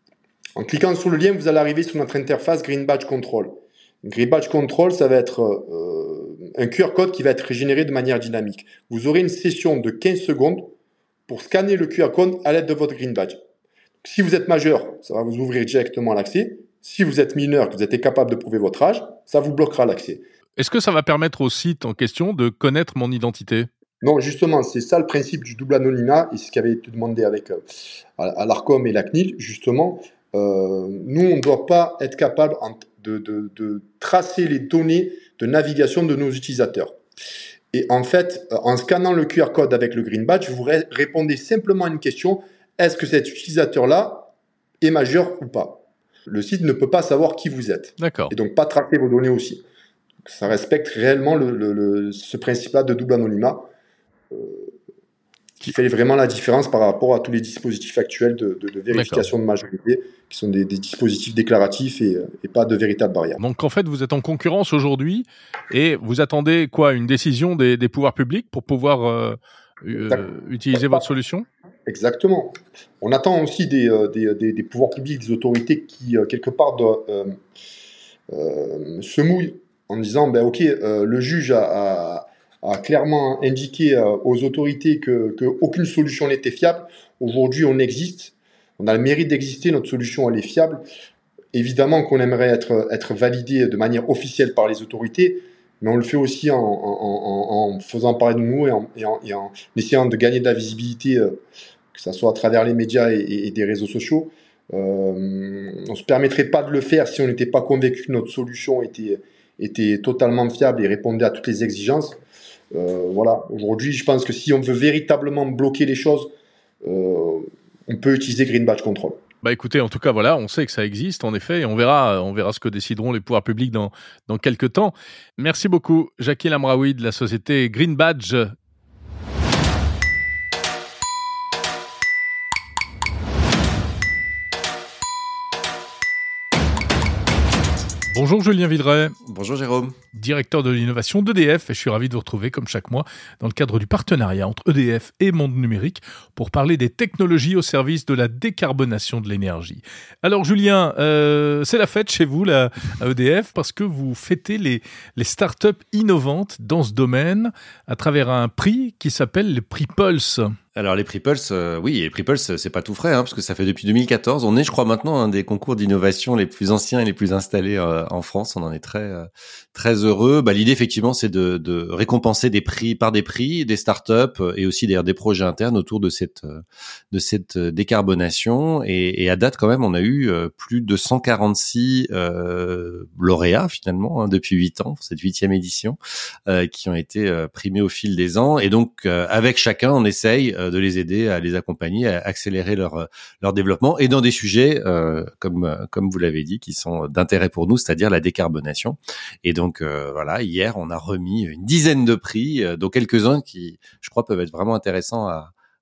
en cliquant sur le lien, vous allez arriver sur notre interface Green Badge Control. Green Badge Control, ça va être euh, un Q R code qui va être généré de manière dynamique. Vous aurez une session de quinze secondes pour scanner le Q R code à l'aide de votre Green Badge. Donc, si vous êtes majeur, ça va vous ouvrir directement l'accès. Si vous êtes mineur, que vous êtes incapable de prouver votre âge, ça vous bloquera l'accès. Est-ce que ça va permettre au site en question de connaître mon identité ? Non, justement, c'est ça le principe du double anonymat, et c'est ce qui avait été demandé avec, euh, à, à l'Arcom et la C N I L, justement. Euh, nous, on ne doit pas être capable de, de, de tracer les données de navigation de nos utilisateurs. Et en fait, en scannant le Q R code avec le Green Badge, vous ré- répondez simplement à une question, est-ce que cet utilisateur-là est majeur ou pas ? Le site ne peut pas savoir qui vous êtes. D'accord. Et donc pas tracer vos données aussi. Donc, ça respecte réellement le, le, le, ce principe-là de double anonymat. Euh, qui fait vraiment la différence par rapport à tous les dispositifs actuels de, de, de vérification D'accord. de majorité, qui sont des, des dispositifs déclaratifs et, et pas de véritables barrières. Donc en fait, vous êtes en concurrence aujourd'hui et vous attendez quoi, une décision des, des pouvoirs publics pour pouvoir euh, euh, utiliser votre solution ? Exactement. On attend aussi des, des, des, des pouvoirs publics, des autorités qui, quelque part, doivent, euh, euh, se mouillent en disant ben, « Ok, euh, le juge a... a a clairement indiqué euh, aux autorités que, que aucune solution n'était fiable. Aujourd'hui, on existe. On a le mérite d'exister. Notre solution, elle est fiable. Évidemment qu'on aimerait être, être validé de manière officielle par les autorités, mais on le fait aussi en, en, en, en faisant parler de nous et en, et en, et en essayant de gagner de la visibilité, euh, que ce soit à travers les médias et, et, et des réseaux sociaux. Euh, on ne se permettrait pas de le faire si on n'était pas convaincu que notre solution était, était totalement fiable et répondait à toutes les exigences. Euh, voilà, aujourd'hui, je pense que si on veut véritablement bloquer les choses, euh, on peut utiliser Green Badge Control. Bah écoutez, en tout cas, voilà, on sait que ça existe, en effet, et on verra, on verra ce que décideront les pouvoirs publics dans, dans quelques temps. Merci beaucoup, Jackie Lamraoui de la société Green Badge. Bonjour Julien Villeray. Bonjour Jérôme. Directeur de l'innovation d'E D F, et je suis ravi de vous retrouver comme chaque mois dans le cadre du partenariat entre E D F et Monde Numérique pour parler des technologies au service de la décarbonation de l'énergie. Alors Julien, euh, c'est la fête chez vous là, à E D F parce que vous fêtez les, les startups innovantes dans ce domaine à travers un prix qui s'appelle le prix Pulse. Alors les prix Pulse, euh, oui, les prix Pulse, c'est pas tout frais, hein, parce que ça fait depuis deux mille quatorze. On est, je crois, maintenant un des concours d'innovation les plus anciens et les plus installés euh, en France. On en est très euh, très heureux. Bah, l'idée, effectivement, c'est de, de récompenser des prix par des prix, des startups et aussi d'ailleurs des projets internes autour de cette de cette décarbonation. Et, et à date, quand même, on a eu euh, plus de cent quarante-six euh, lauréats finalement hein, depuis huit ans pour cette huitième édition, euh, qui ont été euh, primés au fil des ans. Et donc, euh, avec chacun, on essaye euh, de les aider, à les accompagner, à accélérer leur leur développement et dans des sujets euh, comme comme vous l'avez dit qui sont d'intérêt pour nous, c'est-à-dire la décarbonation. Et donc euh, voilà, hier on a remis une dizaine de prix, euh, dont quelques-uns qui, je crois, peuvent être vraiment intéressants à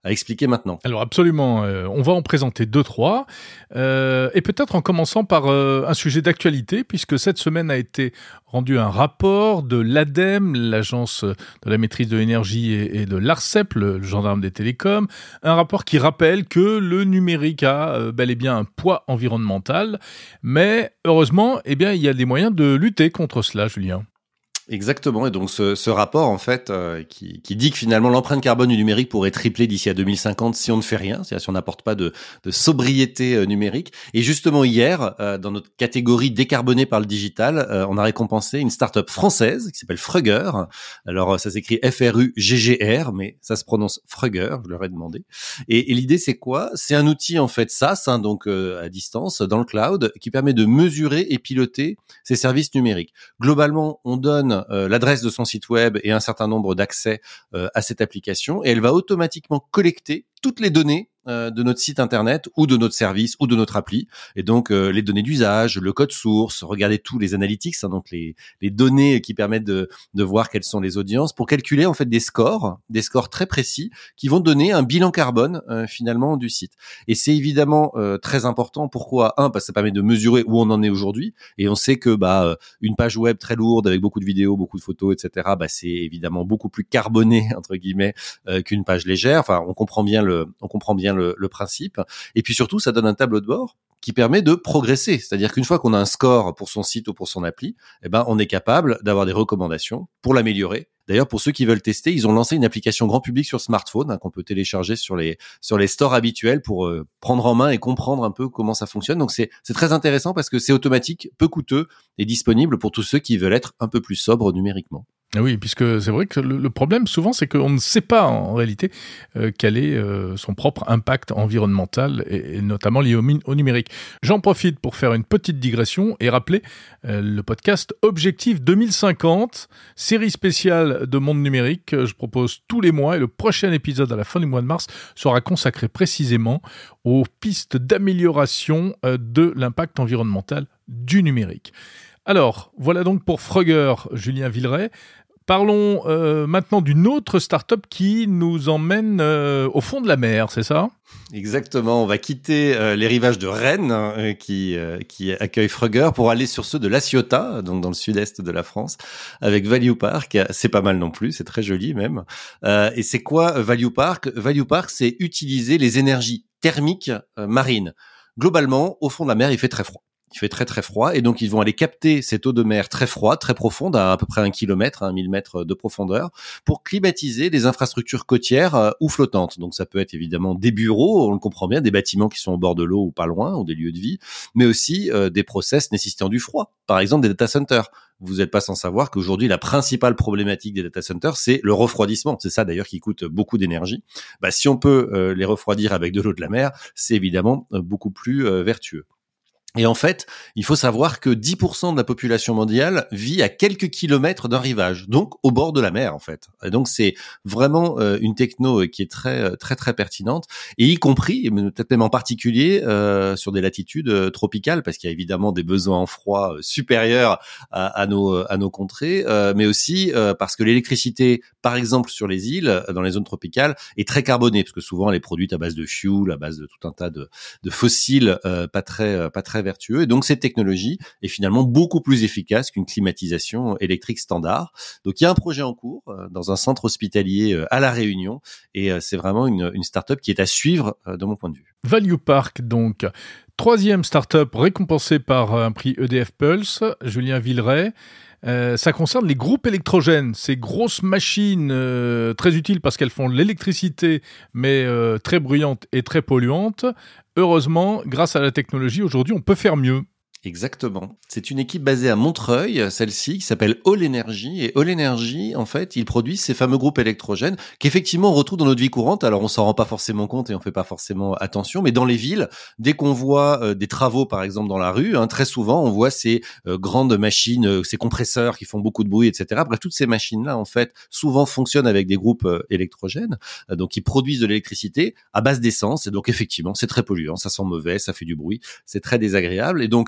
à expliquer maintenant. Alors absolument, euh, on va en présenter deux, trois, euh, et peut-être en commençant par euh, un sujet d'actualité, puisque cette semaine a été rendu un rapport de l'ADEME, l'Agence de la maîtrise de l'énergie, et, et de l'ARCEP, le, le gendarme des télécoms, un rapport qui rappelle que le numérique a euh, bel et bien un poids environnemental, mais heureusement, eh bien, il y a des moyens de lutter contre cela, Julien. Exactement, et donc ce, ce rapport en fait euh, qui, qui dit que finalement l'empreinte carbone du numérique pourrait tripler d'ici à deux mille cinquante si on ne fait rien, c'est-à-dire si on n'apporte pas de, de sobriété euh, numérique. Et justement hier, euh, dans notre catégorie décarbonée par le digital, euh, on a récompensé une start-up française qui s'appelle Frugger. Alors ça s'écrit F R U G G R, mais ça se prononce Frugger, je leur ai demandé. Et, et l'idée c'est quoi ? C'est un outil en fait SaaS, hein, donc euh, à distance, dans le cloud, qui permet de mesurer et piloter ces services numériques. Globalement, on donne Euh, l'adresse de son site web et un certain nombre d'accès euh, à cette application, et elle va automatiquement collecter toutes les données euh, de notre site internet ou de notre service ou de notre appli, et donc euh, les données d'usage, le code source, regarder tous les analytics, hein, donc les, les données qui permettent de, de voir quelles sont les audiences, pour calculer en fait des scores, des scores très précis qui vont donner un bilan carbone euh, finalement du site. Et c'est évidemment euh, très important. Pourquoi ? Un, parce que ça permet de mesurer où on en est aujourd'hui, et on sait que bah une page web très lourde avec beaucoup de vidéos, beaucoup de photos, et cetera. Bah c'est évidemment beaucoup plus carboné entre guillemets euh, qu'une page légère. Enfin, on comprend bien le, on comprend bien le, le principe. Et puis surtout, ça donne un tableau de bord qui permet de progresser. C'est-à-dire qu'une fois qu'on a un score pour son site ou pour son appli, eh ben, on est capable d'avoir des recommandations pour l'améliorer. D'ailleurs, pour ceux qui veulent tester, ils ont lancé une application grand public sur smartphone, hein, qu'on peut télécharger sur les sur les stores habituels pour euh, prendre en main et comprendre un peu comment ça fonctionne. Donc c'est c'est très intéressant parce que c'est automatique, peu coûteux et disponible pour tous ceux qui veulent être un peu plus sobres numériquement. Oui, puisque c'est vrai que le, le problème souvent, c'est qu'on ne sait pas en réalité euh, quel est euh, son propre impact environnemental, et, et notamment lié au, au numérique. J'en profite pour faire une petite digression et rappeler euh, le podcast Objectif deux mille cinquante, série spéciale de Monde Numérique que je propose tous les mois, et le prochain épisode à la fin du mois de mars sera consacré précisément aux pistes d'amélioration euh, de l'impact environnemental du numérique. Alors, voilà donc pour Frugger, Julien Villeray. Parlons euh, maintenant d'une autre start-up qui nous emmène euh, au fond de la mer, c'est ça ? Exactement, on va quitter euh, les rivages de Rennes, euh, qui, euh, qui accueille Frugger, pour aller sur ceux de La Ciotat, donc dans le sud-est de la France, avec Value Park. C'est pas mal non plus, c'est très joli même. Euh, et c'est quoi Value Park ? Value Park, c'est utiliser les énergies thermiques euh, marines. Globalement, au fond de la mer, il fait très froid. Il fait très très froid, et donc ils vont aller capter cette eau de mer très froide, très profonde, à à peu près un kilomètre, un mille mètres de profondeur, pour climatiser des infrastructures côtières euh, ou flottantes. Donc ça peut être évidemment des bureaux, on le comprend bien, des bâtiments qui sont au bord de l'eau ou pas loin, ou des lieux de vie, mais aussi euh, des process nécessitant du froid. Par exemple, des data centers. Vous n'êtes pas sans savoir qu'aujourd'hui, la principale problématique des data centers, c'est le refroidissement. C'est ça d'ailleurs qui coûte beaucoup d'énergie. Bah, si on peut euh, les refroidir avec de l'eau de la mer, c'est évidemment euh, beaucoup plus euh, vertueux. Et en fait, il faut savoir que dix pour cent de la population mondiale vit à quelques kilomètres d'un rivage, donc au bord de la mer en fait. Et donc c'est vraiment euh, une techno qui est très très très pertinente, et y compris, peut-être même en particulier, euh, sur des latitudes euh, tropicales, parce qu'il y a évidemment des besoins en froid euh, supérieurs à, à nos à nos contrées, euh, mais aussi euh, parce que l'électricité, par exemple sur les îles, dans les zones tropicales, est très carbonée, parce que souvent elle est produite à base de fuel, à base de tout un tas de, de fossiles euh, pas très pas très vertueux, et donc cette technologie est finalement beaucoup plus efficace qu'une climatisation électrique standard. Donc il y a un projet en cours euh, dans un centre hospitalier euh, à La Réunion, et euh, c'est vraiment une, une start-up qui est à suivre euh, de mon point de vue. Value Park donc, troisième start-up récompensée par un prix E D F Pulse, Julien Villeray. Euh, ça concerne les groupes électrogènes, ces grosses machines euh, très utiles parce qu'elles font de l'électricité, mais euh, très bruyantes et très polluantes. Heureusement, grâce à la technologie, aujourd'hui, on peut faire mieux. Exactement. C'est une équipe basée à Montreuil, celle-ci, qui s'appelle All Energy. Et All Energy, en fait, ils produisent ces fameux groupes électrogènes qu'effectivement on retrouve dans notre vie courante. Alors on s'en rend pas forcément compte et on fait pas forcément attention, mais dans les villes, dès qu'on voit euh, des travaux, par exemple dans la rue, hein, très souvent on voit ces euh, grandes machines, euh, ces compresseurs qui font beaucoup de bruit, et cetera. Bref, toutes ces machines-là, en fait, souvent fonctionnent avec des groupes euh, électrogènes, euh, donc ils produisent de l'électricité à base d'essence. Et donc effectivement, c'est très polluant, ça sent mauvais, ça fait du bruit, c'est très désagréable. Et donc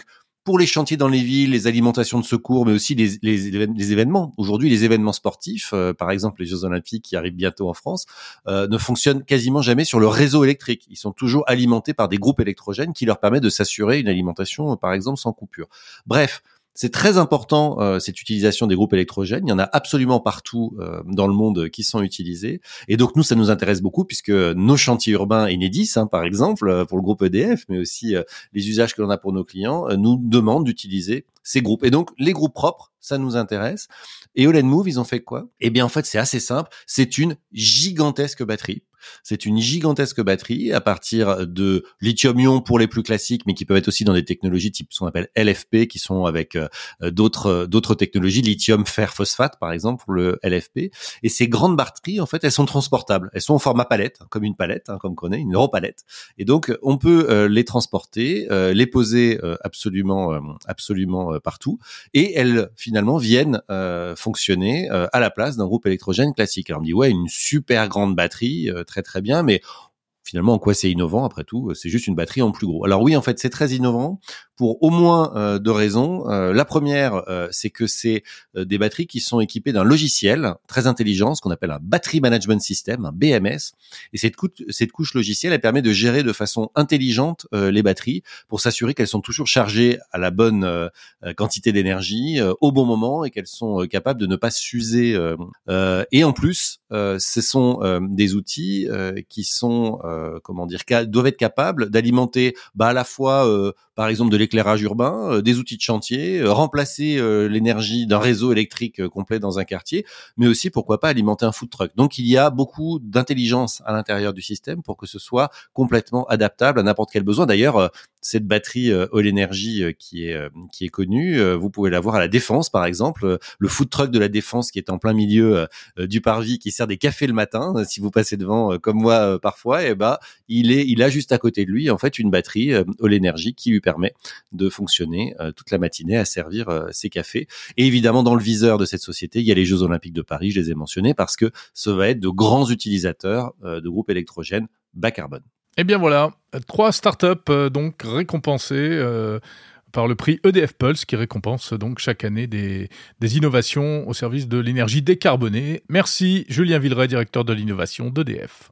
pour les chantiers dans les villes, les alimentations de secours, mais aussi les, les, les événements. Aujourd'hui, les événements sportifs, euh, par exemple les Jeux Olympiques qui arrivent bientôt en France, euh, ne fonctionnent quasiment jamais sur le réseau électrique. Ils sont toujours alimentés par des groupes électrogènes qui leur permettent de s'assurer une alimentation, par exemple, sans coupure. Bref, c'est très important, euh, cette utilisation des groupes électrogènes. Il y en a absolument partout euh, dans le monde qui sont utilisés. Et donc, nous, ça nous intéresse beaucoup puisque nos chantiers urbains Enedis, hein, par exemple, pour le groupe E D F, mais aussi euh, les usages que l'on a pour nos clients, euh, nous demandent d'utiliser ces groupes. Et donc, les groupes propres, ça nous intéresse. Et Olenmove, ils ont fait quoi? Eh bien, en fait, c'est assez simple. C'est une gigantesque batterie. C'est une gigantesque batterie à partir de lithium-ion pour les plus classiques, mais qui peuvent être aussi dans des technologies type ce qu'on appelle L F P, qui sont avec euh, d'autres d'autres technologies, lithium fer phosphate par exemple pour le L F P. Et ces grandes batteries, en fait, elles sont transportables. Elles sont au format palette, comme une palette, hein, comme on connaît, une europalette. Et donc, on peut euh, les transporter, euh, les poser euh, absolument, euh, absolument euh, partout, et elles finalement viennent euh, fonctionner euh, à la place d'un groupe électrogène classique. Alors on me dit ouais, une super grande batterie. Euh, très très bien, mais finalement, en quoi c'est innovant après tout? C'est juste une batterie en plus gros. Alors oui, en fait, c'est très innovant pour au moins euh, deux raisons. Euh, la première, euh, c'est que c'est euh, des batteries qui sont équipées d'un logiciel très intelligent, ce qu'on appelle un Battery Management System, un B M S. Et cette, cou- cette couche logicielle, elle permet de gérer de façon intelligente euh, les batteries pour s'assurer qu'elles sont toujours chargées à la bonne euh, quantité d'énergie euh, au bon moment et qu'elles sont euh, capables de ne pas s'user. Euh, euh, et en plus, euh, ce sont euh, des outils euh, qui sont euh, Euh, comment dire, ca- doivent être capables d'alimenter bah, à la fois, euh, par exemple, de l'éclairage urbain, euh, des outils de chantier, euh, remplacer euh, l'énergie d'un réseau électrique euh, complet dans un quartier, mais aussi, pourquoi pas, alimenter un food truck. Donc, il y a beaucoup d'intelligence à l'intérieur du système pour que ce soit complètement adaptable à n'importe quel besoin. D'ailleurs, euh, cette batterie euh, All Energy euh, qui est euh, qui est connue, euh, vous pouvez la voir à la Défense, par exemple, euh, le food truck de la Défense qui est en plein milieu euh, du parvis, qui sert des cafés le matin. Euh, si vous passez devant, euh, comme moi euh, parfois, et bah il est, il a juste à côté de lui en fait une batterie euh, All Energy qui lui permet de fonctionner euh, toute la matinée à servir euh, ses cafés. Et évidemment, dans le viseur de cette société, il y a les Jeux Olympiques de Paris. Je les ai mentionnés parce que ça va être de grands utilisateurs euh, de groupes électrogènes bas carbone. Eh bien voilà, trois startups euh, donc récompensées euh, par le prix E D F Pulse qui récompense donc chaque année des, des innovations au service de l'énergie décarbonée. Merci Julien Villeray, directeur de l'innovation d'E D F.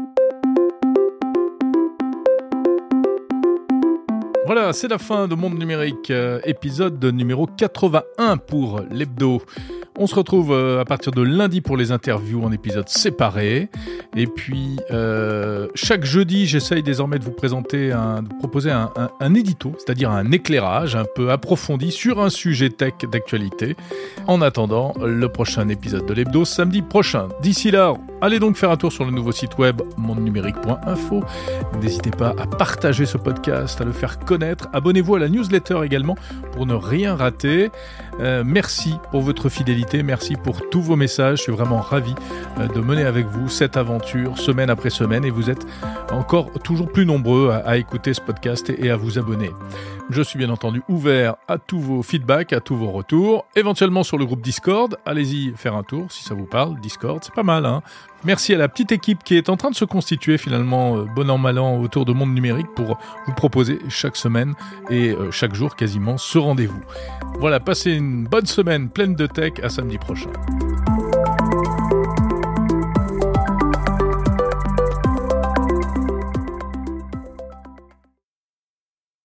Voilà, c'est la fin de Monde Numérique, euh, épisode numéro quatre-vingt-un pour l'hebdo. On se retrouve euh, à partir de lundi pour les interviews en épisodes séparés. Et puis, euh, chaque jeudi, j'essaye désormais de vous présenter, un, de proposer un, un, un édito, c'est-à-dire un éclairage un peu approfondi sur un sujet tech d'actualité. En attendant, le prochain épisode de l'hebdo, samedi prochain. D'ici là, allez donc faire un tour sur le nouveau site web monde numérique point info. N'hésitez pas à partager ce podcast, à le faire connaître. Abonnez-vous à la newsletter également pour ne rien rater. Euh, merci pour votre fidélité. Merci pour tous vos messages. Je suis vraiment ravi de mener avec vous cette aventure semaine après semaine et vous êtes encore toujours plus nombreux à, à écouter ce podcast et, et à vous abonner. Je suis bien entendu ouvert à tous vos feedbacks, à tous vos retours, éventuellement sur le groupe Discord. Allez-y faire un tour si ça vous parle. Discord, c'est pas mal, hein. Merci à la petite équipe qui est en train de se constituer finalement, euh, bon an mal an, autour de Monde Numérique pour vous proposer chaque semaine et euh, chaque jour quasiment ce rendez-vous. Voilà, passez une bonne semaine pleine de tech. À samedi prochain.